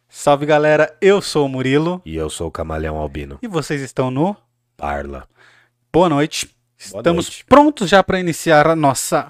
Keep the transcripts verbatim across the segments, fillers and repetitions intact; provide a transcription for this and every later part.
Salve galera, eu sou o Murilo E eu sou o Camaleão Albino. e vocês estão no Parla. Boa Noite. Boa Estamos noite. prontos já para iniciar a nossa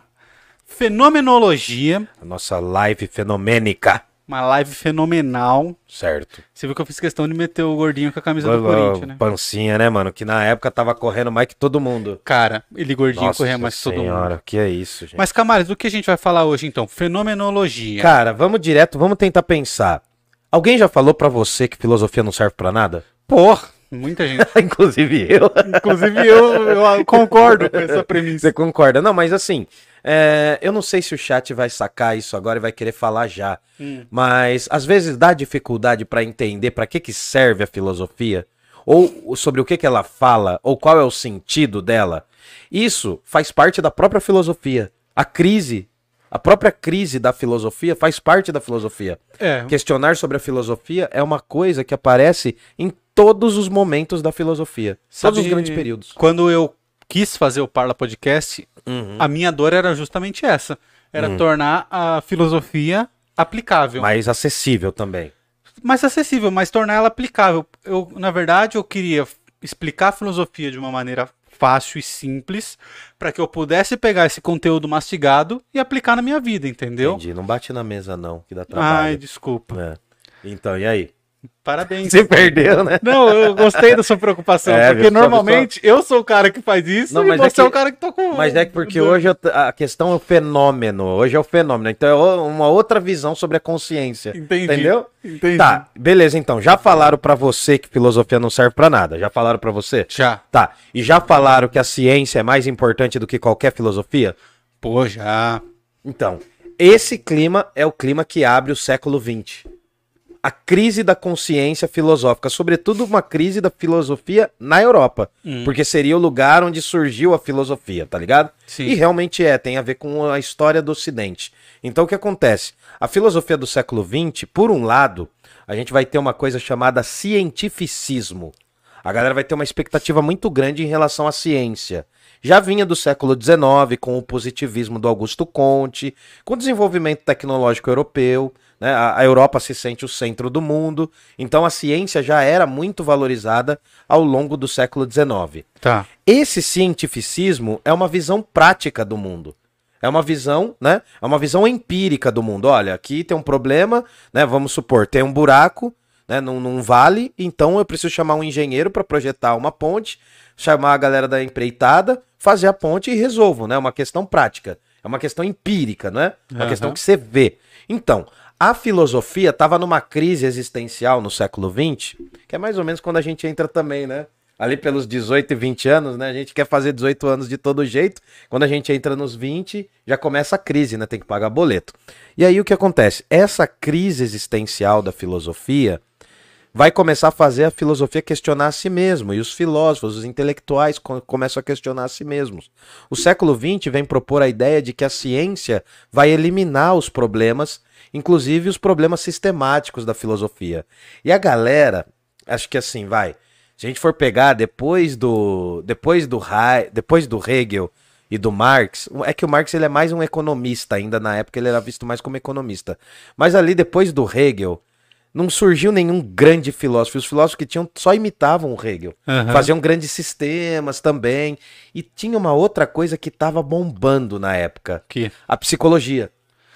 fenomenologia, A nossa live fenomênica. uma live fenomenal. Certo. Você viu que eu fiz questão de meter o gordinho com a camisa do Corinthians, né? Pancinha, né, mano? Que na época tava correndo mais que todo mundo. Cara, ele gordinho Nossa corria mais que todo mundo. senhora, que é isso, gente. Mas Camales, do que a gente vai falar hoje então? Fenomenologia. Cara, vamos direto, vamos tentar pensar. Alguém já falou pra você que filosofia não serve pra nada? Porra, muita gente. Inclusive eu. Inclusive eu, eu concordo com essa premissa. Você concorda? Não, mas assim, é, eu não sei se o chat vai sacar isso agora e vai querer falar já. Hum. Mas às vezes dá dificuldade pra entender pra que que serve a filosofia, ou sobre o que que ela fala, ou qual é o sentido dela. Isso faz parte da própria filosofia. A crise, a própria crise da filosofia faz parte da filosofia. É, Questionar sobre a filosofia é uma coisa que aparece em todos os momentos da filosofia. Todos os sabe, grandes períodos. quando eu quis fazer o Parla Podcast, Uhum. a minha dor era justamente essa. Era tornar a filosofia aplicável. Mais acessível também. Mais acessível, mas tornar ela aplicável. Eu, na verdade, eu queria explicar a filosofia de uma maneira fácil e simples, para que eu pudesse pegar esse conteúdo mastigado e aplicar na minha vida, entendeu? Entendi. Não bate na mesa não, que dá Ai, trabalho. desculpa. É. Então, e aí? Parabéns. Você perdeu, né? Não, eu gostei da sua preocupação, É, porque viu? Só- normalmente eu sou o cara que faz isso Não, e mas você é é, que- o cara que tá com... Mas é que porque hoje eu t- a questão é o fenômeno. Hoje é o fenômeno. Então é o- uma outra visão sobre a consciência. Entendi. Entendeu? Entendi. Tá, beleza então. Já falaram pra você que filosofia não serve pra nada? Já falaram pra você? Já. Tá. E já falaram que a ciência é mais importante do que qualquer filosofia? Pô, já. Então, esse clima é o clima que abre o século vinte. A crise da consciência filosófica, sobretudo uma crise da filosofia na Europa, Hum. porque seria o lugar onde surgiu a filosofia, tá ligado? Sim. E realmente é, tem a ver com a história do Ocidente. Então o que acontece? A filosofia do século vinte, por um lado, a gente vai ter uma coisa chamada cientificismo. A galera vai ter uma expectativa muito grande em relação à ciência. Já vinha do século dezenove, com o positivismo do Augusto Comte, com o desenvolvimento tecnológico europeu, né? A, a Europa se sente o centro do mundo, então a ciência já era muito valorizada ao longo do século dezenove. Tá. Esse cientificismo é uma visão prática do mundo. É uma visão, né? É uma visão empírica do mundo. Olha, aqui tem um problema, né? Vamos supor, tem um buraco, né? Num, num vale, então eu preciso chamar um engenheiro para projetar uma ponte, chamar a galera da empreitada, fazer a ponte e resolvo, né? É uma questão prática. É uma questão empírica, né? Uma Aham. questão que você vê. Então, a filosofia estava numa crise existencial no século vinte, que é mais ou menos quando a gente entra também, né? Ali pelos dezoito e vinte anos, né? A gente quer fazer dezoito anos de todo jeito. Quando a gente entra nos vinte, já começa a crise, né? Tem que pagar boleto. E aí o que acontece? Essa crise existencial da filosofia vai começar a fazer a filosofia questionar a si mesmo. E os filósofos, os intelectuais co- começam a questionar a si mesmos. O século vinte vem propor a ideia de que a ciência vai eliminar os problemas, inclusive os problemas sistemáticos da filosofia. E a galera, acho que assim, vai... Se a gente for pegar depois do depois do, He- depois do Hegel e do Marx, é que o Marx ele é mais um economista ainda, na época ele era visto mais como economista. Mas ali depois do Hegel, não surgiu nenhum grande filósofo. Os filósofos que tinham só imitavam o Hegel. Aham. Faziam grandes sistemas também. E tinha uma outra coisa que estava bombando na época. Que? A psicologia.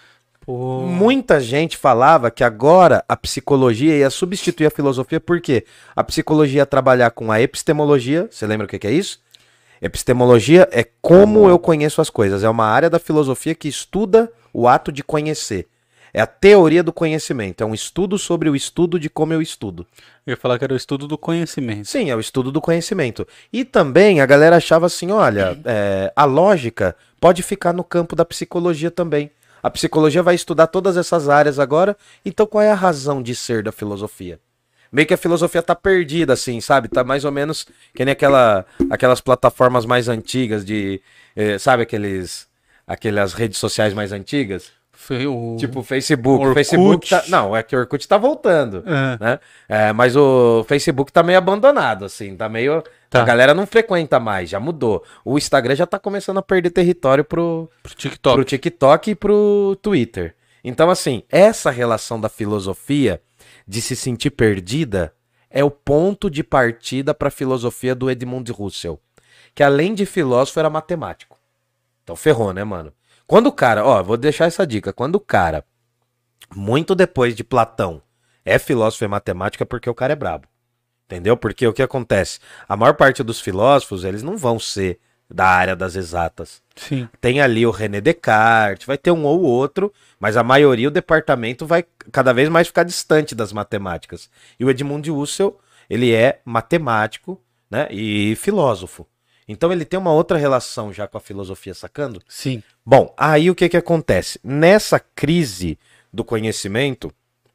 Pô. Muita gente falava que agora a psicologia ia substituir a filosofia, por quê? A psicologia ia trabalhar com a epistemologia, você lembra o que que é isso? Epistemologia é como eu conheço as coisas, é uma área da filosofia que estuda o ato de conhecer. É a teoria do conhecimento, é um estudo sobre o estudo de como eu estudo. Eu ia falar que era o estudo do conhecimento. Sim, é o estudo do conhecimento. E também a galera achava assim, olha, é, a lógica pode ficar no campo da psicologia também. A psicologia vai estudar todas essas áreas agora, então qual é a razão de ser da filosofia? Meio que a filosofia tá perdida, assim, sabe? Tá mais ou menos que nem aquela, aquelas plataformas mais antigas de, eh, sabe, aqueles, aquelas redes sociais mais antigas? Foi o... Tipo o Facebook. O Orkut. Facebook tá, não, é que o Orkut tá voltando, É. né? É, mas o Facebook tá meio abandonado, assim, tá meio... Tá. A galera não frequenta mais, já mudou. O Instagram já tá começando a perder território pro, Pro TikTok. pro TikTok e pro Twitter. Então, assim, essa relação da filosofia de se sentir perdida, é o ponto de partida para a filosofia do Edmund Husserl, que além de filósofo era matemático. Então ferrou, né, mano? Quando o cara, ó, vou deixar essa dica, quando o cara, muito depois de Platão, é filósofo e matemático é porque o cara é brabo. Entendeu? Porque o que acontece? A maior parte dos filósofos, eles não vão ser da área das exatas. Sim. Tem ali o René Descartes, vai ter um ou outro, mas a maioria, o departamento vai cada vez mais ficar distante das matemáticas. E o Edmund Husserl, ele é matemático, né, e filósofo. Então ele tem uma outra relação já com a filosofia, sacando? Sim. Bom, aí o que que acontece? Nessa crise do conhecimento,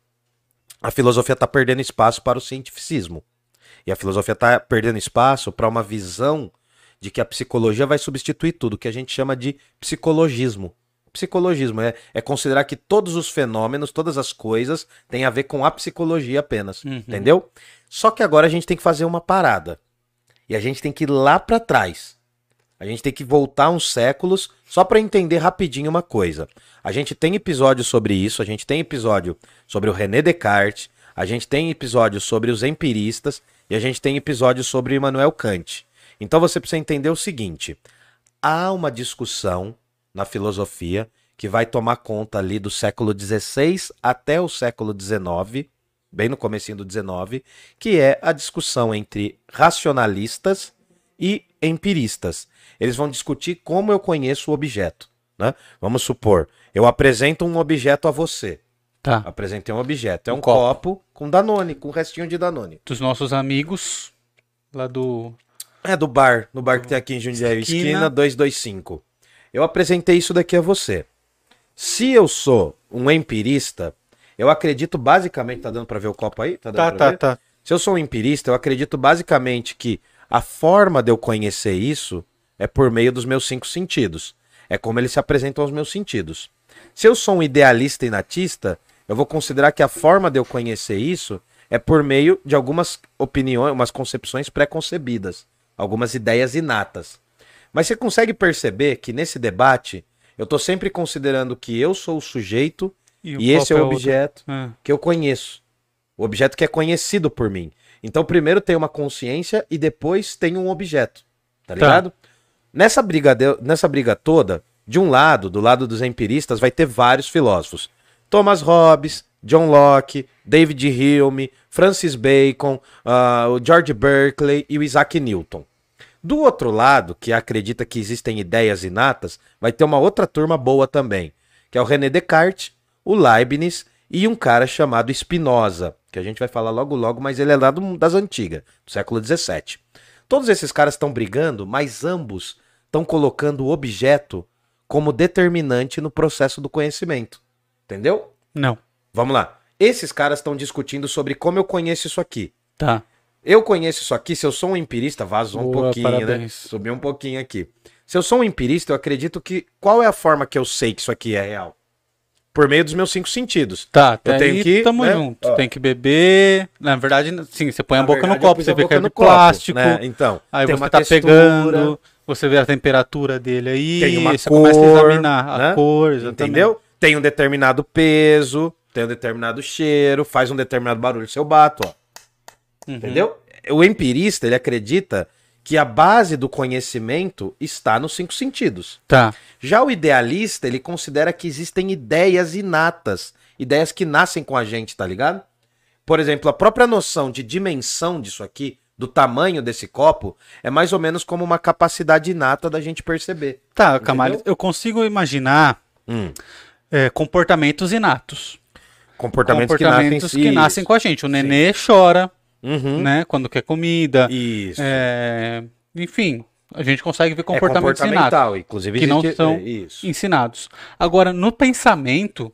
a filosofia está perdendo espaço para o cientificismo. E a filosofia está perdendo espaço para uma visão de que a psicologia vai substituir tudo, que a gente chama de psicologismo. Psicologismo é, é considerar que todos os fenômenos, todas as coisas têm a ver com a psicologia apenas, Uhum. entendeu? Só que agora a gente tem que fazer uma parada. E a gente tem que ir lá para trás. A gente tem que voltar uns séculos só para entender rapidinho uma coisa. A gente tem episódio sobre isso, a gente tem episódio sobre o René Descartes, a gente tem episódio sobre os empiristas e a gente tem episódio sobre Immanuel Kant. Então você precisa entender o seguinte: há uma discussão na filosofia que vai tomar conta ali do século dezesseis até o século dezenove, bem no comecinho do dezenove, que é a discussão entre racionalistas e empiristas. Eles vão discutir como eu conheço o objeto, né? Vamos supor, eu apresento um objeto a você. Tá. Apresentei um objeto. É um, Um copo. copo com Danone, com um restinho de Danone. Dos nossos amigos lá do... É do bar, no bar que tem aqui em Jundiaí, Esquina. esquina duzentos e vinte e cinco. Eu apresentei isso daqui a você. Se eu sou um empirista, eu acredito basicamente... Tá dando pra ver o copo aí? Tá, dando Tá, pra tá, ver? tá. Se eu sou um empirista, eu acredito basicamente que a forma de eu conhecer isso é por meio dos meus cinco sentidos. É como eles se apresentam aos meus sentidos. Se eu sou um idealista e natista, eu vou considerar que a forma de eu conhecer isso é por meio de algumas opiniões, umas concepções pré-concebidas, algumas ideias inatas. Mas você consegue perceber que nesse debate eu estou sempre considerando que eu sou o sujeito E o e esse é copo o é outro. objeto Ah. que eu conheço. O objeto que é conhecido por mim. Então primeiro tem uma consciência e depois tem um objeto. Tá ligado? Nessa briga, de- nessa briga toda, de um lado, do lado dos empiristas, vai ter vários filósofos. Thomas Hobbes, John Locke, David Hume, Francis Bacon, ah, o George Berkeley e o Isaac Newton. Do outro lado, que acredita que existem ideias inatas, vai ter uma outra turma boa também, que é o René Descartes, o Leibniz e um cara chamado Spinoza, que a gente vai falar logo logo, mas ele é lá do- das antigas, do século dezessete. Todos esses caras estão brigando, mas ambos estão colocando o objeto como determinante no processo do conhecimento. Entendeu? Não. Vamos lá. Esses caras estão discutindo sobre como eu conheço isso aqui. Tá. Eu conheço isso aqui, se eu sou um empirista, vazou um Boa, pouquinho, né? parabéns. Subiu um pouquinho aqui. Se eu sou um empirista, eu acredito que... Qual é a forma que eu sei que isso aqui é real? Por meio dos meus cinco sentidos. Tá, até Eu tenho aí que, tamo né, junto. ó. Tem que beber. Na verdade, sim, você põe a Na boca verdade, no eu copo, pus você a vê boca que é no de copo, plástico. né? Então, Aí tem você uma tá textura, pegando, você vê a temperatura dele aí, tem uma você cor, começa a examinar né? a cor, exatamente. Entendeu? Tem um determinado peso, tem um determinado cheiro, faz um determinado barulho se eu bato, ó. Uhum. Entendeu? O empirista, ele acredita que a base do conhecimento está nos cinco sentidos. Tá. Já o idealista, ele considera que existem ideias inatas, ideias que nascem com a gente, tá ligado? Por exemplo, a própria noção de dimensão disso aqui, do tamanho desse copo, é mais ou menos como uma capacidade inata da gente perceber. Tá, Camales, eu consigo imaginar Hum. é, comportamentos inatos. Comportamentos, Comportamentos que que nascem, nascem com a gente. O nenê chora, Uhum. né, quando quer comida. Isso. É, enfim, a gente consegue ver É comportamentos inatos comportamental, inclusive que não existe- são é, isso. ensinados. Agora, no pensamento,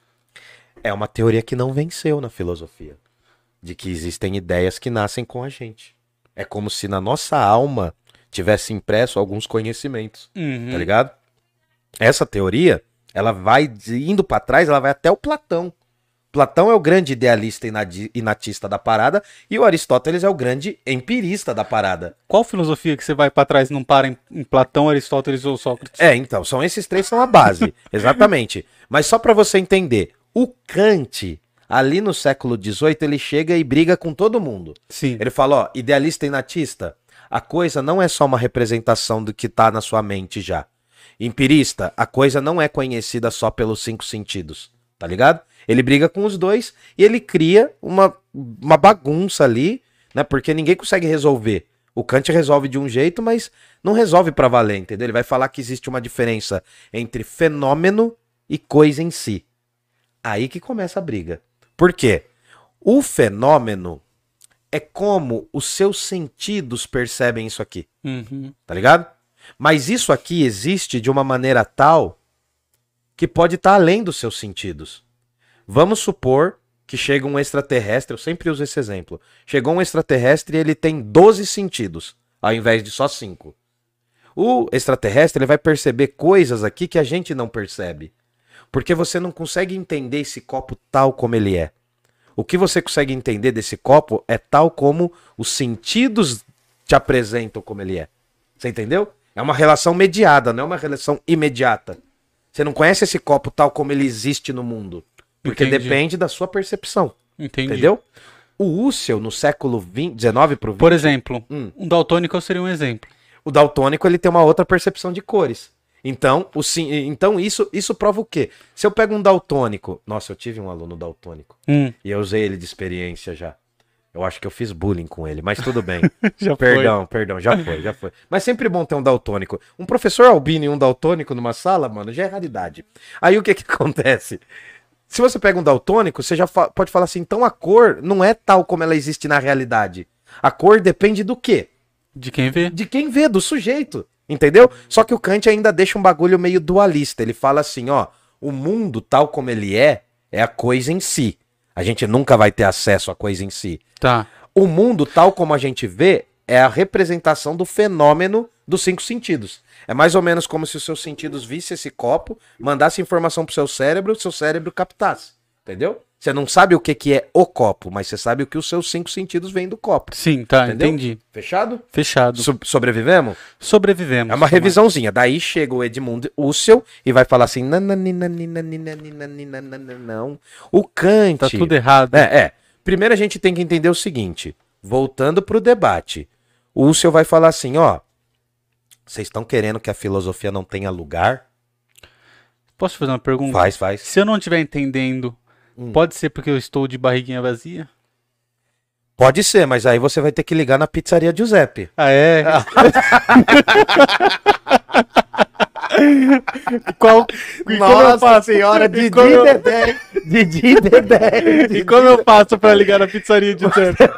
É uma teoria que não venceu na filosofia. De que existem ideias que nascem com a gente. É como se na nossa alma tivesse impresso alguns conhecimentos. uhum, Tá ligado? Essa teoria, ela vai de- indo pra trás, ela vai até o Platão. Platão é o grande idealista e nadi- e natista da parada, e o Aristóteles é o grande empirista da parada. qual filosofia que você vai pra trás e não para em, em Platão, Aristóteles ou Sócrates? É, então, são esses três são a base, exatamente. Mas só pra você entender, o Kant, Ali no século dezoito ele chega e briga com todo mundo. Sim. Ele fala, ó, idealista e natista, a coisa não é só uma representação do que tá na sua mente já. Empirista, a coisa não é conhecida só pelos cinco sentidos, tá ligado? Ele briga com os dois e ele cria uma, uma bagunça ali, né? Porque ninguém consegue resolver. O Kant resolve de um jeito, mas não resolve pra valer, entendeu? Ele vai falar que existe uma diferença entre fenômeno e coisa em si. Aí que começa a briga. Por quê? O fenômeno é como os seus sentidos percebem isso aqui. Uhum. Tá ligado? Mas isso aqui existe de uma maneira tal que pode estar além dos seus sentidos. Vamos supor que chega um extraterrestre, eu sempre uso esse exemplo. Chegou um extraterrestre e ele tem doze sentidos, ao invés de só cinco. O extraterrestre ele vai perceber coisas aqui que a gente não percebe. Porque você não consegue entender esse copo tal como ele é. O que você consegue entender desse copo é tal como os sentidos te apresentam como ele é. Você entendeu? É uma relação mediada, não é uma relação imediata. Você não conhece esse copo tal como ele existe no mundo. Porque Entendi. depende da sua percepção. Entendi. Entendeu? O Husserl, no século dezenove pro vinte... Por exemplo, Hum. um daltônico seria um exemplo. O daltônico ele tem uma outra percepção de cores. Então, o, sim, então isso, isso prova o quê? Se eu pego um daltônico... Nossa, eu tive um aluno daltônico. Hum. E eu usei ele de experiência já. Eu acho que eu fiz bullying com ele, mas tudo bem. Já Perdão, perdão, já foi, já foi. Mas sempre bom ter um daltônico. Um professor albino e um daltônico numa sala, mano, já é raridade. Aí o que que acontece? Se você pega um daltônico, você já fa- pode falar assim, então a cor não é tal como ela existe na realidade. A cor depende do quê? De quem vê? De quem vê, do sujeito. Entendeu? Só que o Kant ainda deixa um bagulho meio dualista. Ele fala assim, ó, o mundo tal como ele é, é a coisa em si. A gente nunca vai ter acesso à coisa em si. Tá. O mundo, tal como a gente vê, é a representação do fenômeno dos cinco sentidos. É mais ou menos como se os seus sentidos vissem esse copo, mandasse informação pro seu cérebro, o seu cérebro captasse. Entendeu? Você não sabe o que, que é o copo, mas você sabe o que os seus cinco sentidos vêm do copo. Sim, tá, Entendeu? entendi. Fechado? Fechado. So- sobrevivemos? Sobrevivemos. É uma revisãozinha. Daí chega o Edmund Husserl e vai falar assim, não. O Kant... Tá tudo errado. É, é. Primeiro a gente tem que entender o seguinte, voltando pro debate, o Husserl vai falar assim, ó, vocês estão querendo que a filosofia não tenha lugar? Posso fazer uma pergunta? Faz, faz. Se eu não estiver entendendo, Hum. pode ser porque eu estou de barriguinha vazia? Pode ser, mas aí você vai ter que ligar na pizzaria Giuseppe. Ah, é? E qual... e como eu faço? senhora, E Didi como eu- Dedé, Didi Dedé. E como eu faço pra ligar na pizzaria de Giuseppe?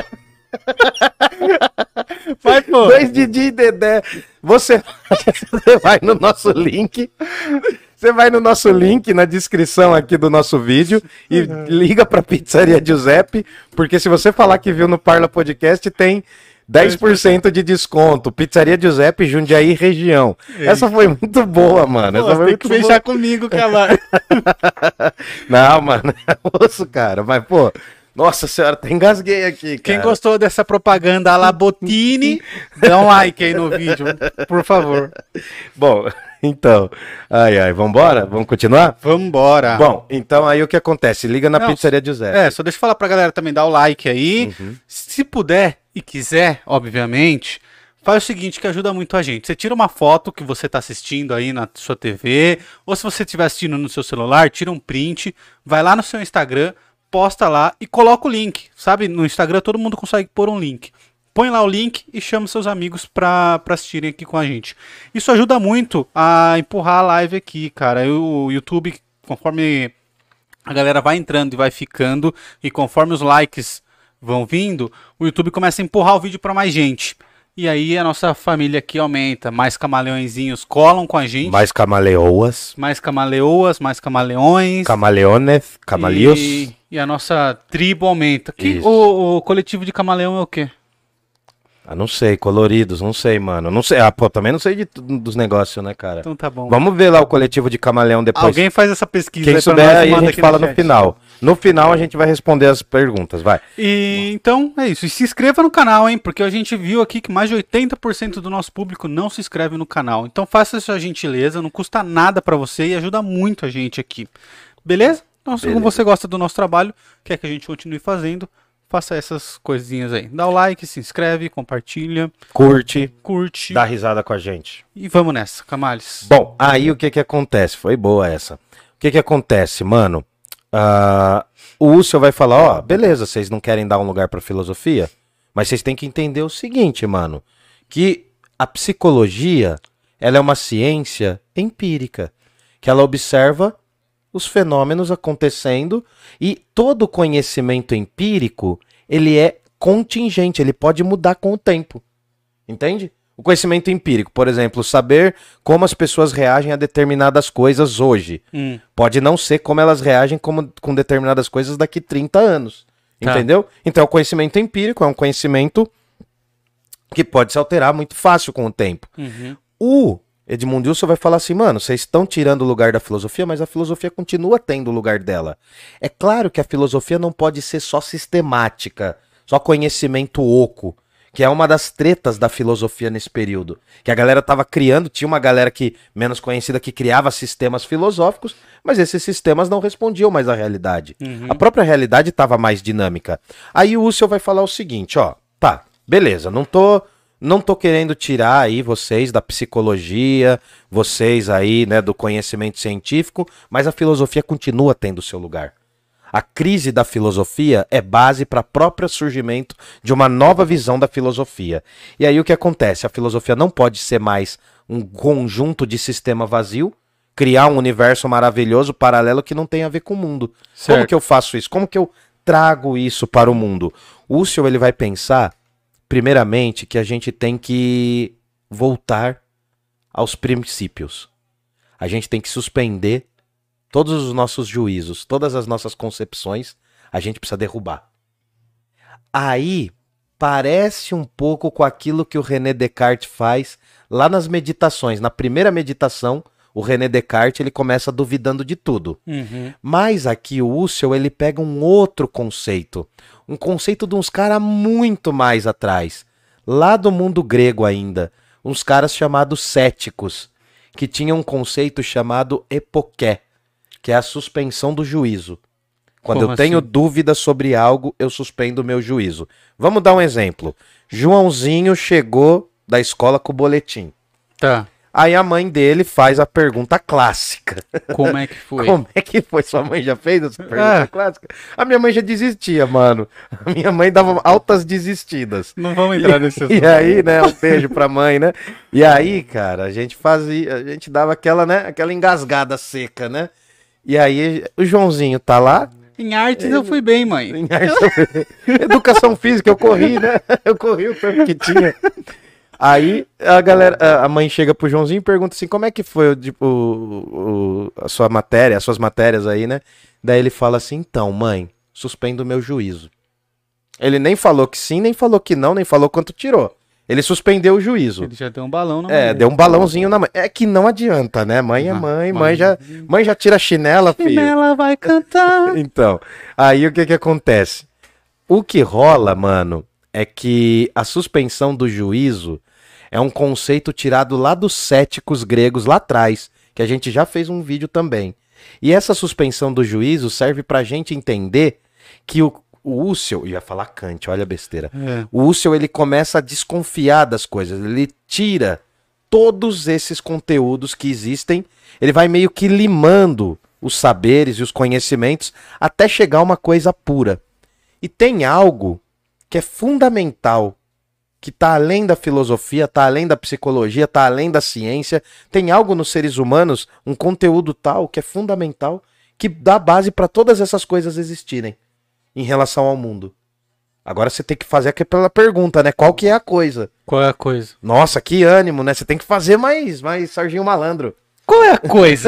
Vai, pô. Dois Didi e Dedé. Você, você vai no nosso link. Você vai no nosso link na descrição aqui do nosso vídeo e liga pra Pizzaria Giuseppe, porque se você falar que viu no Parla Podcast, tem dez por cento de desconto. Pizzaria Giuseppe, Jundiaí região. Essa foi muito boa, mano. Essa Pô, foi tem que muito fechar comigo, cara. boa. Não, mano, é osso, cara. Mas, pô, nossa senhora, até engasguei aqui, cara. Quem gostou dessa propaganda à la Bottini, dá um like aí no vídeo, por favor. Bom, então, ai, ai, vambora? Vamos continuar? Vambora. Bom, então aí o que acontece? Liga na Não, Pizzaria Giuseppe. É, só deixa eu falar pra galera também, dar o like aí. Uhum. Se puder e quiser, obviamente, faz o seguinte que ajuda muito a gente. Você tira uma foto que você tá assistindo aí na sua T V, ou se você estiver assistindo no seu celular, tira um print, vai lá no seu Instagram, posta lá e coloca o link. Sabe, no Instagram todo mundo consegue pôr um link. Põe lá o link e chama seus amigos pra, pra assistirem aqui com a gente. Isso ajuda muito a empurrar a live aqui, cara. O YouTube, conforme a galera vai entrando e vai ficando, e conforme os likes vão vindo, o YouTube começa a empurrar o vídeo pra mais gente. E aí a nossa família aqui aumenta. Mais camaleõezinhos colam com a gente. Mais camaleoas, Mais camaleoas, mais camaleões. camaleones, camaleos. E, e a nossa tribo aumenta. Que, Isso. o, o coletivo de camaleão é o quê? Ah, não sei, coloridos, não sei, mano. Não sei, ah, pô, também não sei de, tudo dos negócios, né, cara? Então tá bom. Vamos ver lá o coletivo de camaleão depois. Alguém faz essa pesquisa Quem aí pra souber, nós e aí a manda gente aqui fala no chat. final. No final a gente vai responder as perguntas, vai. E então é isso. E se inscreva no canal, hein? Porque a gente viu aqui que mais de oitenta por cento do nosso público não se inscreve no canal. Então faça essa gentileza, não custa nada pra você e ajuda muito a gente aqui. Beleza? Então, se Beleza. você gosta do nosso trabalho, quer que a gente continue fazendo, faça essas coisinhas aí. Dá o like, se inscreve, compartilha, Curte, curte dá risada com a gente. e vamos nessa, Camales. Bom, aí o que que acontece? Foi boa essa. O que que acontece, mano? Ah, o Husserl vai falar, ó, beleza, vocês não querem dar um lugar pra filosofia, mas vocês têm que entender o seguinte, mano, que a psicologia, ela é uma ciência empírica, que ela observa os fenômenos acontecendo e todo conhecimento empírico, ele é contingente, ele pode mudar com o tempo. Entende? O conhecimento empírico, por exemplo, saber como as pessoas reagem a determinadas coisas hoje. Hum. Pode não ser como elas reagem como, com determinadas coisas daqui trinta anos. Tá. Entendeu? Então, o conhecimento empírico é um conhecimento que pode se alterar muito fácil com o tempo. Uhum. O Edmund Husserl vai falar assim, mano, vocês estão tirando o lugar da filosofia, mas a filosofia continua tendo o lugar dela. É claro que a filosofia não pode ser só sistemática, só conhecimento oco, que é uma das tretas da filosofia nesse período. Que a galera tava criando, tinha uma galera que menos conhecida que criava sistemas filosóficos, mas esses sistemas não respondiam mais à realidade. Uhum. A própria realidade estava mais dinâmica. Aí o Husserl vai falar o seguinte, ó, tá, beleza, não tô... Não tô querendo tirar aí vocês da psicologia, vocês aí, né, do conhecimento científico, mas a filosofia continua tendo seu lugar. A crise da filosofia é base para o próprio surgimento de uma nova visão da filosofia. E aí o que acontece? A filosofia não pode ser mais um conjunto de sistema vazio, criar um universo maravilhoso, paralelo, que não tem a ver com o mundo. Certo. Como que eu faço isso? Como que eu trago isso para o mundo? O Husserl, ele vai pensar... Primeiramente, que a gente tem que voltar aos princípios. A gente tem que suspender todos os nossos juízos, todas as nossas concepções, a gente precisa derrubar. Aí, parece um pouco com aquilo que o René Descartes faz lá nas meditações. Na primeira meditação, o René Descartes ele começa duvidando de tudo. Uhum. Mas aqui o Husserl ele pega um outro conceito. Um conceito de uns caras muito mais atrás. Lá do mundo grego ainda. Uns caras chamados céticos. Que tinham um conceito chamado epoché. Que é a suspensão do juízo. Quando Como eu tenho assim? dúvida sobre algo, eu suspendo o meu juízo. Vamos dar um exemplo. Joãozinho chegou da escola com o boletim. Tá. Aí a mãe dele faz a pergunta clássica. Como é que foi? Como é que foi? Sua mãe já fez essa pergunta Ah. clássica? A minha mãe já desistia, mano. A minha mãe dava altas desistidas. Não vamos entrar nesse assunto. E aí, né, um beijo pra mãe, né? E aí, cara, a gente fazia, a gente dava aquela, né, aquela engasgada seca, né? E aí, o Joãozinho tá lá. Em artes eu fui bem, mãe. Em arte- Educação física, eu corri, né? Eu corri o tanto que tinha. Aí a galera, a- a mãe chega pro Joãozinho e pergunta assim, como é que foi o, tipo, o- o- a sua matéria, as suas matérias aí, né? Daí ele fala assim, então, mãe, suspendo o meu juízo. Ele nem falou que sim, nem falou que não, nem falou quanto tirou. Ele suspendeu o juízo. Ele já deu um balão na É, mão deu um balãozinho na mãe. É que não adianta, né? Mãe é Ah, mãe, mãe. mãe já, mãe já tira a chinela, filho. Ela vai cantar. Então, aí o que que acontece? O que rola, mano, é que a suspensão do juízo é um conceito tirado lá dos céticos gregos lá atrás, que a gente já fez um vídeo também. E essa suspensão do juízo serve pra gente entender que o, o Husserl, eu ia falar Kant, olha a besteira. É. O Husserl, ele começa a desconfiar das coisas, ele tira todos esses conteúdos que existem, ele vai meio que limando os saberes e os conhecimentos até chegar a uma coisa pura. E tem algo que é fundamental, que está além da filosofia, está além da psicologia, está além da ciência, tem algo nos seres humanos, um conteúdo tal que é fundamental, que dá base para todas essas coisas existirem em relação ao mundo. Agora você tem que fazer aquela pergunta, né? Qual que é a coisa? Qual é a coisa? Nossa, que ânimo, né? Você tem que fazer mais, mais Serginho Malandro. Qual é a coisa?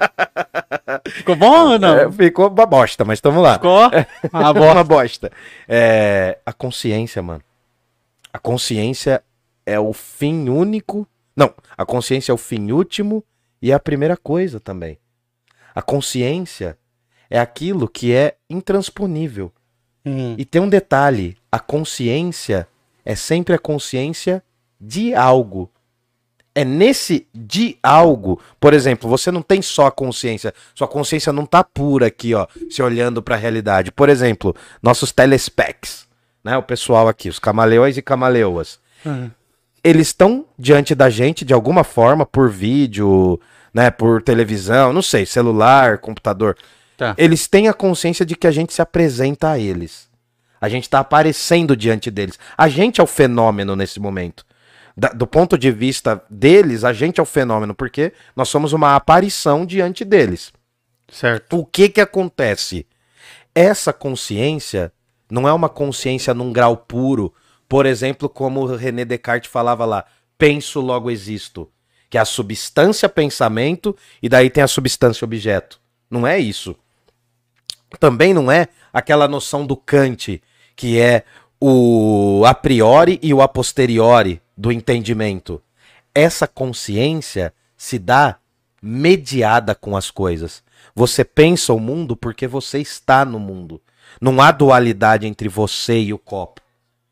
Ficou bom ou não? É, ficou uma bosta, mas tamo lá. Ficou? Ah, bom. Uma bosta. É, a consciência, mano. A consciência é o fim único. Não, a consciência é o fim último e é a primeira coisa também. A consciência é aquilo que é intransponível. Hum. E tem um detalhe: a consciência é sempre a consciência de algo. É nesse de algo, por exemplo, você não tem só a consciência, sua consciência não tá pura aqui, ó, se olhando para a realidade. Por exemplo, nossos telespecs, né, o pessoal aqui, os camaleões e camaleoas. Uhum. Eles estão diante da gente de alguma forma, por vídeo, né, por televisão, não sei, celular, computador. Tá. Eles têm a consciência de que a gente se apresenta a eles. A gente está aparecendo diante deles. A gente é o fenômeno nesse momento. Da, do ponto de vista deles, a gente é o fenômeno, porque nós somos uma aparição diante deles. Certo. O que que acontece? Essa consciência não é uma consciência num grau puro, por exemplo, como René Descartes falava lá, penso, logo existo, que é a substância pensamento e daí tem a substância objeto. Não é isso. Também não é aquela noção do Kant, que é o a priori e o a posteriori do entendimento. Essa consciência se dá mediada com as coisas. Você pensa o mundo porque você está no mundo. Não há dualidade entre você e o copo.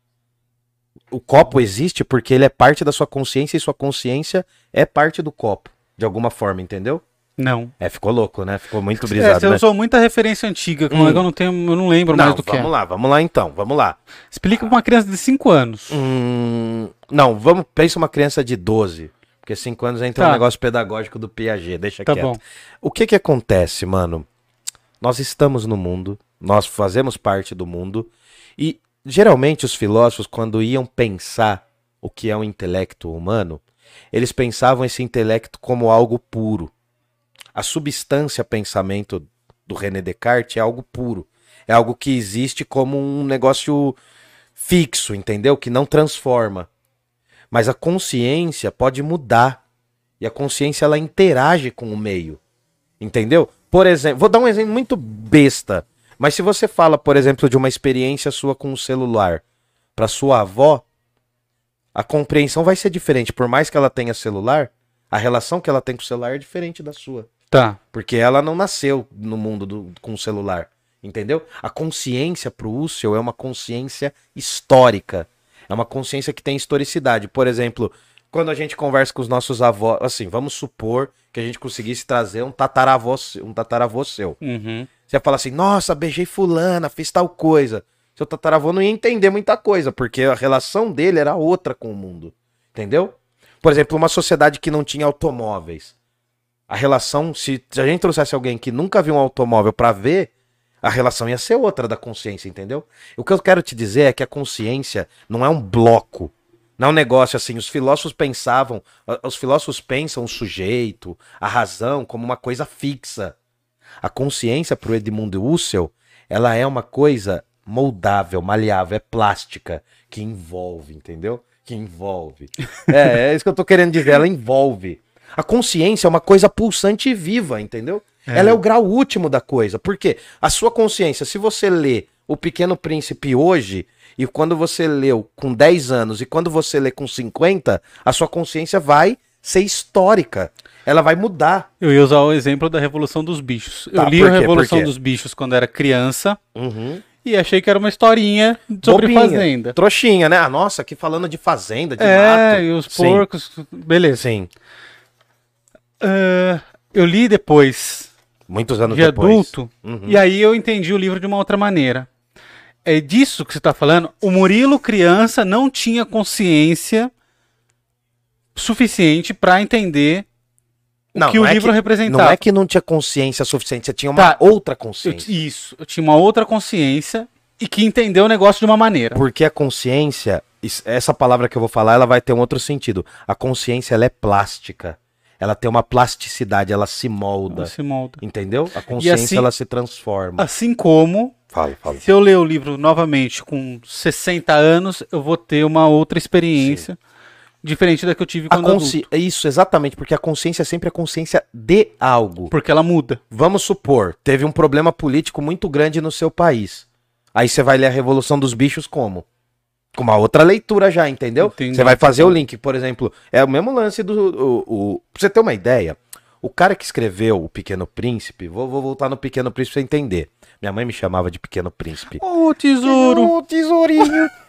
O copo existe porque ele é parte da sua consciência e sua consciência é parte do copo, de alguma forma, entendeu? Não. É, ficou louco, né? Ficou muito É, brisado, você né? usou muita referência antiga, como Hum. é que eu não tenho, eu não lembro mais Não, do que é. vamos lá, vamos lá então, vamos lá. Explica pra uma criança de cinco anos. Hum, não, vamos, pensa uma criança de doze, porque cinco anos entra Tá. um negócio pedagógico do Piaget, deixa Tá quieto. bom. O que que acontece, mano? Nós estamos no mundo, nós fazemos parte do mundo, e geralmente os filósofos, quando iam pensar o que é o intelecto humano, eles pensavam esse intelecto como algo puro. A substância pensamento do René Descartes é algo puro. É algo que existe como um negócio fixo, entendeu? Que não transforma. Mas a consciência pode mudar. E a consciência, ela interage com o meio. Entendeu? Por exemplo, vou dar um exemplo muito besta. Mas se você fala, por exemplo, de uma experiência sua com o celular para sua avó, a compreensão vai ser diferente. Por mais que ela tenha celular, a relação que ela tem com o celular é diferente da sua. Tá. Porque ela não nasceu no mundo do, com o celular, entendeu? A consciência pro Husserl é uma consciência histórica. É uma consciência que tem historicidade. Por exemplo, quando a gente conversa com os nossos avós, assim, vamos supor que a gente conseguisse trazer um tataravô, um tataravô seu. Uhum. Você fala assim, nossa, beijei fulana, fiz tal coisa. Seu tataravô não ia entender muita coisa, porque a relação dele era outra com o mundo, entendeu? Por exemplo, uma sociedade que não tinha automóveis. A relação, se a gente trouxesse alguém que nunca viu um automóvel pra ver, a relação ia ser outra da consciência, entendeu? O que eu quero te dizer é que a consciência não é um bloco. Não é um negócio assim, os filósofos pensavam, os filósofos pensam o sujeito, a razão, como uma coisa fixa. A consciência pro Edmund Husserl, ela é uma coisa moldável, maleável, é plástica, que envolve, entendeu? Que envolve. É, é isso que eu tô querendo dizer, ela envolve. A consciência é uma coisa pulsante e viva, entendeu? É. Ela é o grau último da coisa. Por quê? A sua consciência, se você lê O Pequeno Príncipe hoje, e quando você leu com dez anos, e quando você lê com cinquenta, a sua consciência vai ser histórica. Ela vai mudar. Eu ia usar o exemplo da Revolução dos Bichos. Tá, eu li por a quê? Revolução Por quê? dos Bichos quando era criança Uhum. e achei que era uma historinha sobre Bobinha, fazenda. Trouxinha, né? Ah, nossa, aqui falando de fazenda, de É, mato. e os Sim, porcos. Beleza. Sim, Ah, eu li depois muitos anos de depois. adulto, Uhum. e aí eu entendi o livro de uma outra maneira. É disso que você está falando. O Murilo, criança, não tinha consciência suficiente para entender o Não, que não o é livro que- representava. Não é que não tinha consciência suficiente, você tinha uma Tá, outra Eu consciência. ti- isso, eu tinha uma outra consciência e que entendeu o negócio de uma maneira. Porque a consciência, is- essa palavra que eu vou falar, ela vai ter um outro sentido. A consciência, ela é plástica. Ela tem uma plasticidade, ela se molda. Ela se molda. Entendeu? A consciência, assim- ela se transforma. Assim como, Fala, fala. se eu ler o livro novamente com sessenta anos, eu vou ter uma outra experiência diferente da que eu tive A quando consci... adulto. Isso, exatamente, porque a consciência é sempre a consciência de algo. Porque ela muda. Vamos supor, teve um problema político muito grande no seu país. Aí você vai ler a Revolução dos Bichos como? Com uma outra leitura já, entendeu? Entendi. Você vai fazer o link, por exemplo, é o mesmo lance do... O, o... Pra você ter uma ideia, o cara que escreveu O Pequeno Príncipe, vou, vou voltar no Pequeno Príncipe pra você entender. Minha mãe me chamava de Pequeno Príncipe. Ô, tesouro! Ô, tesourinho!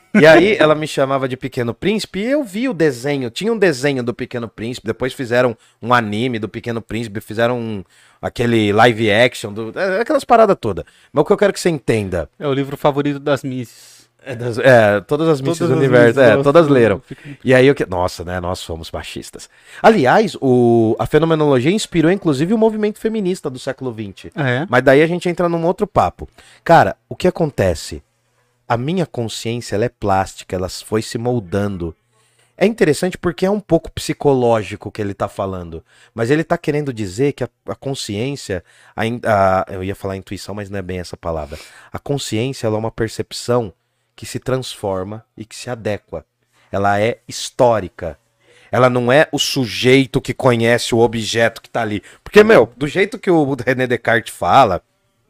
E aí ela me chamava de Pequeno Príncipe e eu vi o desenho. Tinha um desenho do Pequeno Príncipe, depois fizeram um anime do Pequeno Príncipe, fizeram um, aquele live action, do, é, aquelas paradas todas. Mas o que eu quero que você entenda... É o livro favorito das Misses. É, das, é todas as Misses do universo, é, todas leram. E aí eu que... Nossa, né, nós somos machistas. Aliás, o, a fenomenologia inspirou inclusive o movimento feminista do século vinte. É. Mas daí a gente entra num outro papo. Cara, o que acontece... A minha consciência, ela é plástica, ela foi se moldando. É interessante porque é um pouco psicológico o que ele tá falando. Mas ele tá querendo dizer que a, a consciência, a, a, eu ia falar intuição, mas não é bem essa palavra. A consciência, ela é uma percepção que se transforma e que se adequa. Ela é histórica. Ela não é o sujeito que conhece o objeto que tá ali. Porque, meu, do jeito que o René Descartes fala...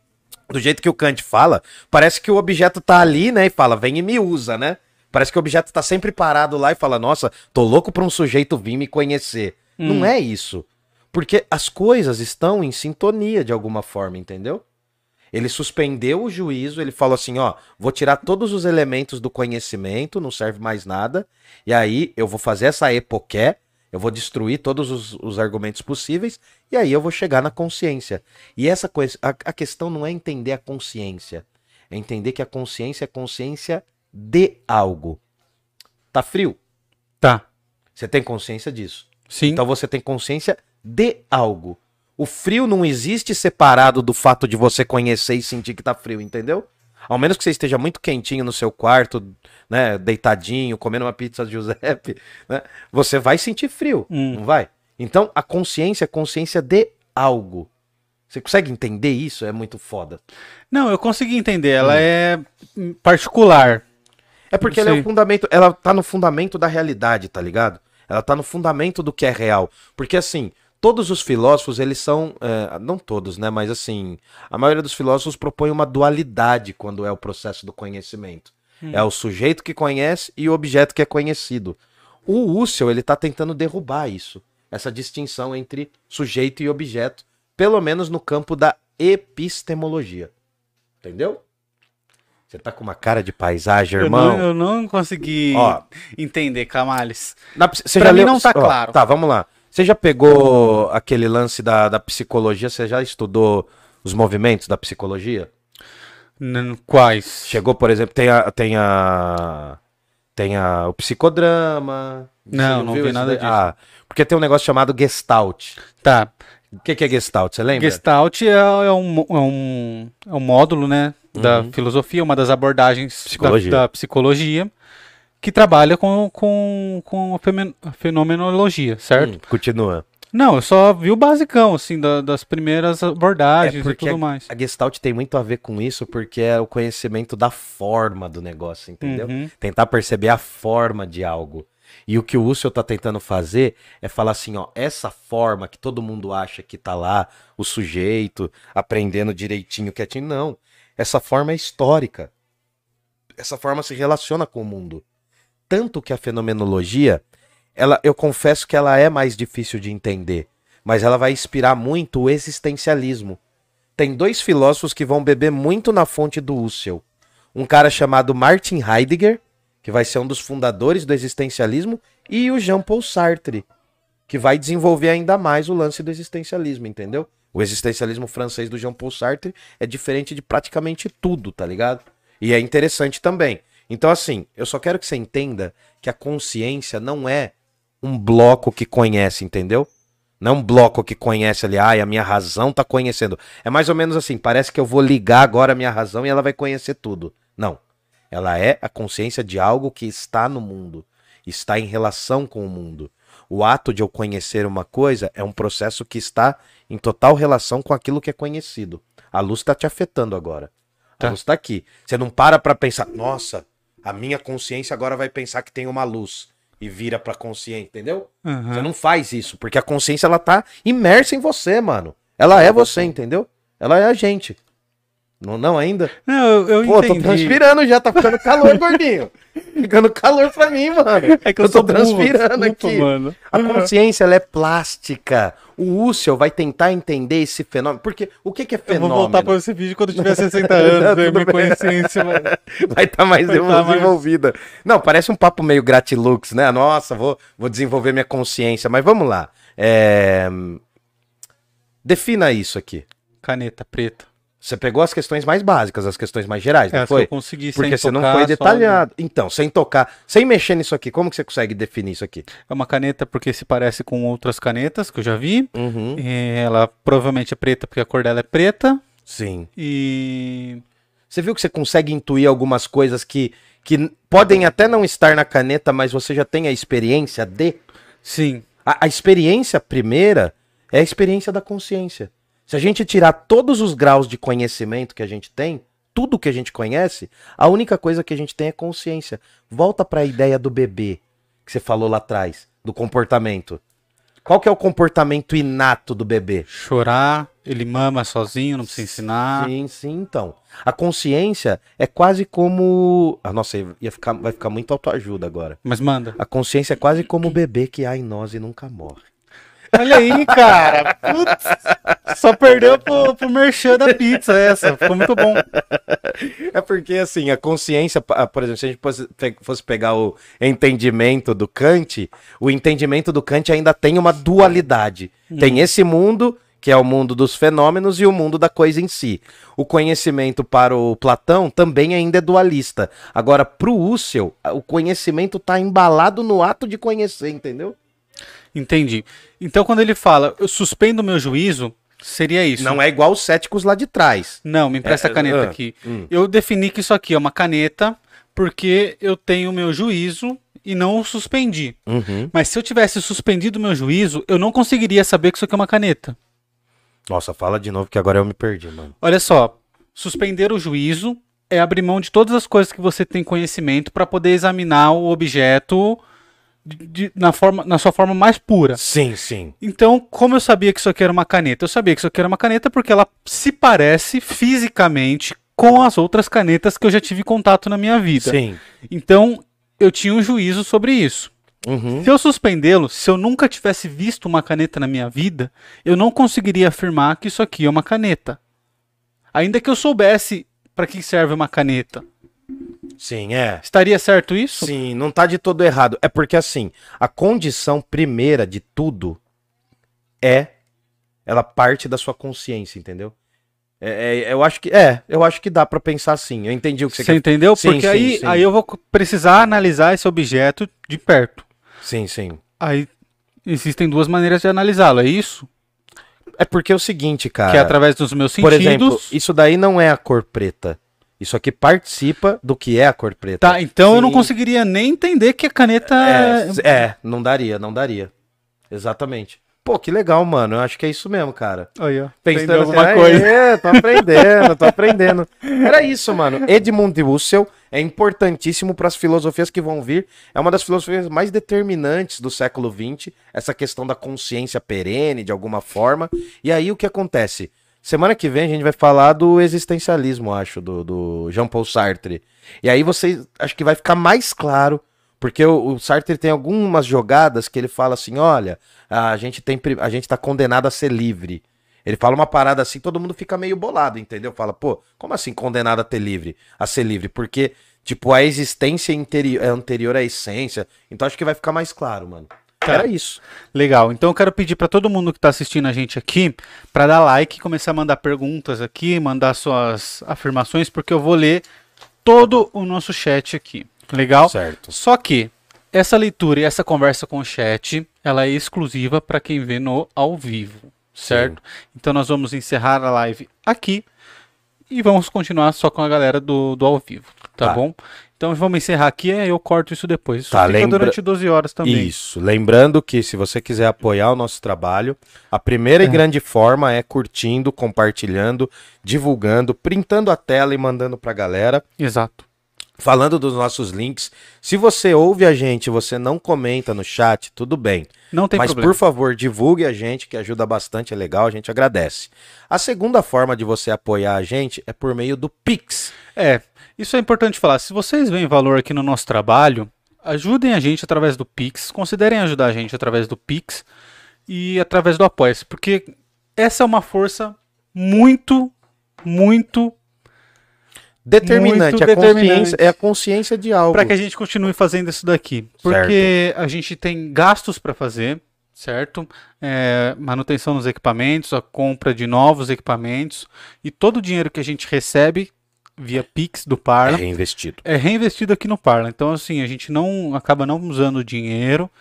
Do jeito que o Kant fala, parece que o objeto tá ali, né? E fala, vem e me usa, né? Parece que o objeto tá sempre parado lá e fala, nossa, tô louco pra um sujeito vir me conhecer. Hum. Não é isso. Porque as coisas estão em sintonia de alguma forma, entendeu? Ele suspendeu o juízo, ele falou assim, ó, vou tirar todos os elementos do conhecimento, não serve mais nada, e aí eu vou fazer essa epoqué, eu vou destruir todos os, os argumentos possíveis e aí eu vou chegar na consciência. E essa coisa, a, a questão não é entender a consciência, é entender que a consciência é consciência de algo. Tá frio? Tá. Você tem consciência disso? Sim. Então você tem consciência de algo. O frio não existe separado do fato de você conhecer e sentir que tá frio, entendeu? Ao menos que você esteja muito quentinho no seu quarto, né, deitadinho, comendo uma pizza de Giuseppe, né, você vai sentir frio, hum. não vai? Então, a consciência é consciência de algo. Você consegue entender isso? É muito foda. Não, eu consegui entender. Ela hum. é particular. É porque ela é o fundamento, ela tá no fundamento da realidade, tá ligado? Ela tá no fundamento do que é real. Porque, assim... Todos os filósofos, eles são, é, não todos, né, mas assim, a maioria dos filósofos propõe uma dualidade quando é o processo do conhecimento. Hum. É o sujeito que conhece e o objeto que é conhecido. O Husserl, ele tá tentando derrubar isso, essa distinção entre sujeito e objeto, pelo menos no campo da epistemologia. Entendeu? Você tá com uma cara de paisagem, irmão. Eu não, eu não consegui Ó, entender, Camales. Na, você pra já mim leu... não tá Ó, claro. Tá, vamos lá. Você já pegou aquele lance da, da psicologia? Você já estudou os movimentos da psicologia? N quais? Chegou, por exemplo, tem a, tem a, tem a, o psicodrama. Não, não vi nada disso. Ah, porque tem um negócio chamado Gestalt. Tá. O que, que é Gestalt, você lembra? Gestalt é, é, um, é, um, é um módulo, né, da uhum. filosofia, uma das abordagens psicologia. Da, da psicologia, que trabalha com, com, com a fenomenologia, certo? Hum, continua. Não, eu só vi o basicão, assim, da, das primeiras abordagens é e tudo a, mais. A Gestalt tem muito a ver com isso, porque é o conhecimento da forma do negócio, entendeu? Uhum. Tentar perceber a forma de algo. E o que o Husserl tá tentando fazer é falar assim, ó, essa forma que todo mundo acha que tá lá, o sujeito aprendendo direitinho, quietinho, não. Essa forma é histórica. Essa forma se relaciona com o mundo. Tanto que a fenomenologia, ela, eu confesso que ela é mais difícil de entender, mas ela vai inspirar muito o existencialismo. Tem dois filósofos que vão beber muito na fonte do Husserl. Um cara chamado Martin Heidegger, que vai ser um dos fundadores do existencialismo, e o Jean-Paul Sartre, que vai desenvolver ainda mais o lance do existencialismo, entendeu? O existencialismo francês do Jean-Paul Sartre é diferente de praticamente tudo, tá ligado? E é interessante também. Então, assim, eu só quero que você entenda que a consciência não é um bloco que conhece, entendeu? Não é um bloco que conhece ali, ai, a minha razão tá conhecendo. É mais ou menos assim, parece que eu vou ligar agora a minha razão e ela vai conhecer tudo. Não. Ela é a consciência de algo que está no mundo, está em relação com o mundo. O ato de eu conhecer uma coisa é um processo que está em total relação com aquilo que é conhecido. A luz está te afetando agora. A tá. luz está aqui. Você não para para pensar, nossa, a minha consciência agora vai pensar que tem uma luz e vira pra consciência, entendeu? Uhum. Você não faz isso, porque a consciência ela tá imersa em você, mano. Ela é você, entendeu? Ela é a gente. Não, não ainda? Não, eu, eu Pô, entendi. tô transpirando já, tá ficando calor, gordinho. Ficando calor pra mim, mano. É que eu, eu tô tô transpirando burro, desculpa, aqui. mano. A consciência, ela é plástica. O Husserl vai tentar entender esse fenômeno. Porque o que, que é Eu fenômeno? vou voltar pra esse vídeo quando eu tiver sessenta anos, Não, aí tudo minha bem. consciência vai... Vai estar mais Vai tá desenvolvida. Não, parece um papo meio gratilux, né? Nossa, vou, vou desenvolver minha consciência. Mas vamos lá. É... Defina isso aqui. Caneta preta. Você pegou as questões mais básicas, as questões mais gerais, não É, foi? eu consegui Porque sem você não tocar, foi só- detalhado. Então, sem tocar, sem mexer nisso aqui, como que você consegue definir isso aqui? É uma caneta porque se parece com outras canetas que eu já vi. Uhum. E ela provavelmente é preta porque a cor dela é preta. Sim. E... Você viu que você consegue intuir algumas coisas que, que podem até não estar na caneta, mas você já tem a experiência de? Sim. A, a experiência primeira é a experiência da consciência. Se a gente tirar todos os graus de conhecimento que a gente tem, tudo que a gente conhece, a única coisa que a gente tem é consciência. Volta para a ideia do bebê, que você falou lá atrás, do comportamento. Qual que é o comportamento inato do bebê? Chorar, ele mama sozinho, não precisa ensinar. Sim, sim, então. A consciência é quase como... Ah, nossa, ia ficar, vai ficar muito autoajuda agora. Mas manda. A consciência é quase como o bebê que há em nós e nunca morre. Olha aí, cara. Putz, só perdeu pro, pro merchan da pizza essa. Ficou muito bom. É porque, assim, a consciência, pa- por exemplo, se a gente fosse, pe- fosse pegar o entendimento do Kant, o entendimento do Kant ainda tem uma dualidade. Tem esse mundo, que é o mundo dos fenômenos, e o mundo da coisa em si. O conhecimento para o Platão também ainda é dualista. Agora, pro Husserl, o conhecimento tá embalado no ato de conhecer, entendeu? Entendi. Então quando ele fala, eu suspendo o meu juízo, seria isso. Não é igual os céticos lá de trás. Não, me empresta É, a caneta ah, aqui. hum. Eu defini que isso aqui é uma caneta porque eu tenho o meu juízo e não o suspendi. Uhum. Mas se eu tivesse suspendido o meu juízo, eu não conseguiria saber que isso aqui é uma caneta. Nossa, fala de novo que agora eu me perdi, mano. Olha só, suspender o juízo é abrir mão de todas as coisas que você tem conhecimento para poder examinar o objeto de- de- na, forma, na sua forma mais pura. Sim, sim. Então, como eu sabia que isso aqui era uma caneta? Eu sabia que isso aqui era uma caneta porque ela se parece fisicamente com as outras canetas que eu já tive contato na minha vida. Sim. Então, eu tinha um juízo sobre isso. Uhum. Se eu suspendê-lo, se eu nunca tivesse visto uma caneta na minha vida, eu não conseguiria afirmar que isso aqui é uma caneta. Ainda que eu soubesse para que serve uma caneta. Sim, é. Estaria certo isso? Sim, não tá de todo errado. É porque, assim, a condição primeira de tudo é... Ela parte da sua consciência, entendeu? É, é, eu acho que... É, eu acho que dá pra pensar assim. Eu entendi o que você, Você quer... entendeu? Sim, Porque sim, aí, sim. aí eu vou precisar analisar esse objeto de perto. Sim, sim. Aí existem duas maneiras de analisá-lo, é isso? É porque é o seguinte, cara... Que é através dos meus Por sentidos. exemplo, isso daí não é a cor preta. Isso aqui participa do que é a cor preta. Tá, então eu não Sim. conseguiria nem entender que a caneta É, é, não daria, não daria. Exatamente. Pô, que legal, mano. Eu acho que é isso mesmo, cara. Aí, ó, Pensando entendeu assim, alguma "Ah, coisa. É, tô aprendendo, tô aprendendo. Era isso, mano. Edmund Husserl é importantíssimo para as filosofias que vão vir. É uma das filosofias mais determinantes do século vinte. Essa questão da consciência perene, de alguma forma. E aí o que acontece? Semana que vem a gente vai falar do existencialismo, acho, do, do Jean-Paul Sartre. E aí vocês, acho que vai ficar mais claro, porque o, o Sartre tem algumas jogadas que ele fala assim, olha, a gente, tem, pri- a gente tá condenado a ser livre. Ele fala uma parada assim, todo mundo fica meio bolado, entendeu? Fala, pô, como assim condenado a ter livre, a ser livre? Porque, tipo, a existência interi- é anterior à essência. Então acho que vai ficar mais claro, mano. Tá. Era isso. Legal. Então eu quero pedir para todo mundo que está assistindo a gente aqui para dar like, começar a mandar perguntas aqui, mandar suas afirmações, porque eu vou ler todo o nosso chat aqui. Legal? Certo. Só que essa leitura e essa conversa com o chat, ela é exclusiva para quem vê no ao vivo, certo? Então nós vamos encerrar a live aqui e vamos continuar só com a galera do, do ao vivo, tá, Tá. bom? Então vamos encerrar aqui e eu corto isso depois. Isso Tá, fica lembra- durante doze horas também. Isso. Lembrando que se você quiser apoiar o nosso trabalho, a primeira e grande forma é curtindo, compartilhando, divulgando, printando a tela e mandando pra galera. Exato. falando dos nossos links. Se você ouve a gente e você não comenta no chat, tudo bem. Não tem Mas, problema. por favor, divulgue a gente, que ajuda bastante, é legal, a gente agradece. A segunda forma de você apoiar a gente é por meio do Pix. É, isso é importante falar. Se vocês veem valor aqui no nosso trabalho, ajudem a gente através do Pix, considerem ajudar a gente através do Pix e através do Apoia-se, porque essa é uma força muito, muito Determinante, Muito a determinante. consciência, é a consciência de algo. para que a gente continue fazendo isso daqui. Porque a gente tem gastos para fazer, certo? É, manutenção dos equipamentos, a compra de novos equipamentos e todo o dinheiro que a gente recebe via Pix do É Parla reinvestido. é reinvestido aqui no Parla. Então, assim, a gente não acaba não usando o dinheiro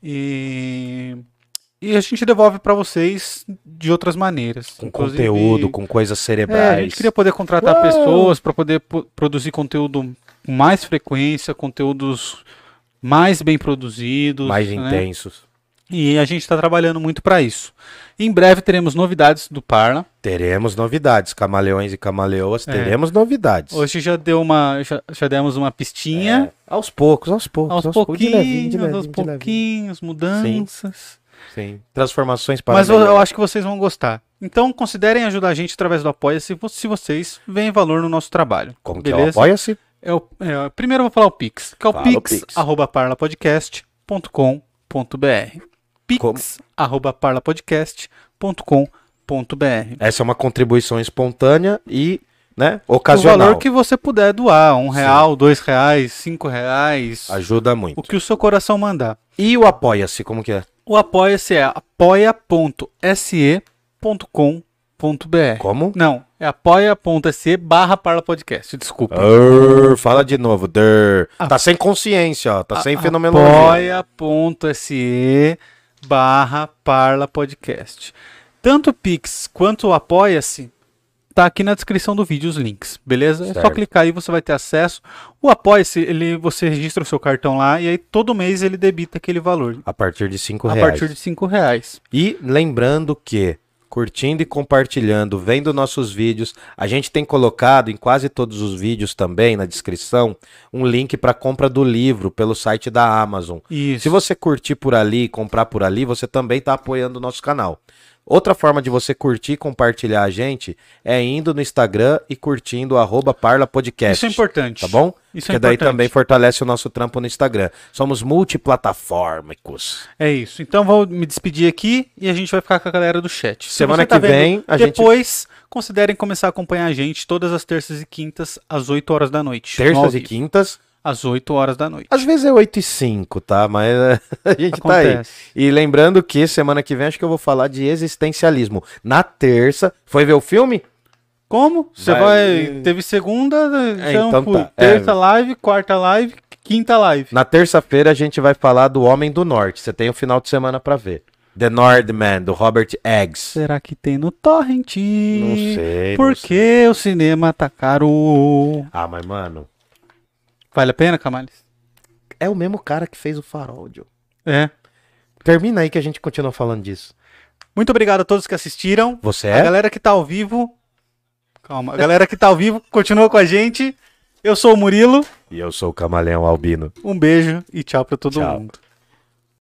e, e a gente devolve para vocês de outras maneiras. Com Inclusive, conteúdo, com coisas é, cerebrais. a gente queria poder contratar Uau! pessoas para poder po- produzir conteúdo com mais frequência, conteúdos mais bem produzidos, mais né? intensos. E a gente está trabalhando muito para isso. Em breve teremos novidades do Parla. Teremos novidades, camaleões e camaleoas, É. teremos novidades. Hoje já deu uma, já, já demos uma pistinha. É, aos poucos, aos poucos, Aos poucos, de pouquinhos, levinho, de levinho, aos de levinho. pouquinhos, mudanças. Sim, transformações para Mas eu, melhor. eu acho que vocês vão gostar. Então considerem ajudar a gente através do Apoia-se se vocês veem valor no nosso trabalho. Como que é o beleza? apoia-se? É o, é, primeiro eu vou falar o Pix, que é o Fala o pix, Pix. arroba parlapodcast ponto com ponto br. Como? Pix, arroba parlapodcast ponto com ponto br. Essa é uma contribuição espontânea e, né, O ocasional. valor que você puder doar, um Sim. real, dois reais, cinco reais, Ajuda muito. o que o seu coração mandar. E o apoia-se, como que é? O apoia-se é apoia.se ponto com ponto br. Como? Não, é apoia.se barra parlapodcast, desculpa. Arr, fala de novo. Der. Tá sem consciência, ó. Tá sem fenomenologia. apoia.se barra parlapodcast. Tanto o Pix quanto o Apoia-se tá aqui na descrição do vídeo os links, beleza? É só Certo. clicar aí, você vai ter acesso. O Apoia-se, ele, você registra o seu cartão lá e aí todo mês ele debita aquele valor. A partir de cinco A reais. partir de cinco reais. E lembrando que, curtindo e compartilhando, vendo nossos vídeos, a gente tem colocado em quase todos os vídeos também, na descrição, um link para compra do livro pelo site da Amazon. Isso. Se você curtir por ali, comprar por ali, você também está apoiando o nosso canal. Outra forma de você curtir e compartilhar a gente é indo no Instagram e curtindo o arroba Parla Podcast. Isso é importante. Tá bom? Isso Porque é daí importante. também fortalece o nosso trampo no Instagram. Somos multiplataformicos. É isso. Então vou me despedir aqui e a gente vai ficar com a galera do chat. Se Semana você tá que vendo vem, a gente- depois, considerem começar a acompanhar a gente todas as terças e quintas às oito horas da noite. No ao Terças e vivo. quintas. Às oito horas da noite. Às vezes é oito e cinco, tá? Mas é, a gente tá aí. Acontece. E lembrando que semana que vem acho que eu vou falar de existencialismo. Na terça, foi ver o filme? Como? Você Vai- vai... Teve segunda, É, então, então fui. tá. Terça É. live, quarta live, quinta live. Na terça-feira a gente vai falar do Homem do Norte. Você tem o final de semana pra ver. The Northman, do Robert Eggs. Será que tem no Torrent? Não sei. não Porque o cinema tá caro. Ah, mas mano, Vale a pena, Camales? é o mesmo cara que fez o Farol, Joe. É. Termina aí que a gente continua falando disso. Muito obrigado a todos que assistiram. Você A é? galera que tá ao vivo. Calma. A galera que tá ao vivo continua com a gente. Eu sou o Murilo. E eu sou o Camaleão Albino. Um beijo e tchau pra todo Tchau. mundo.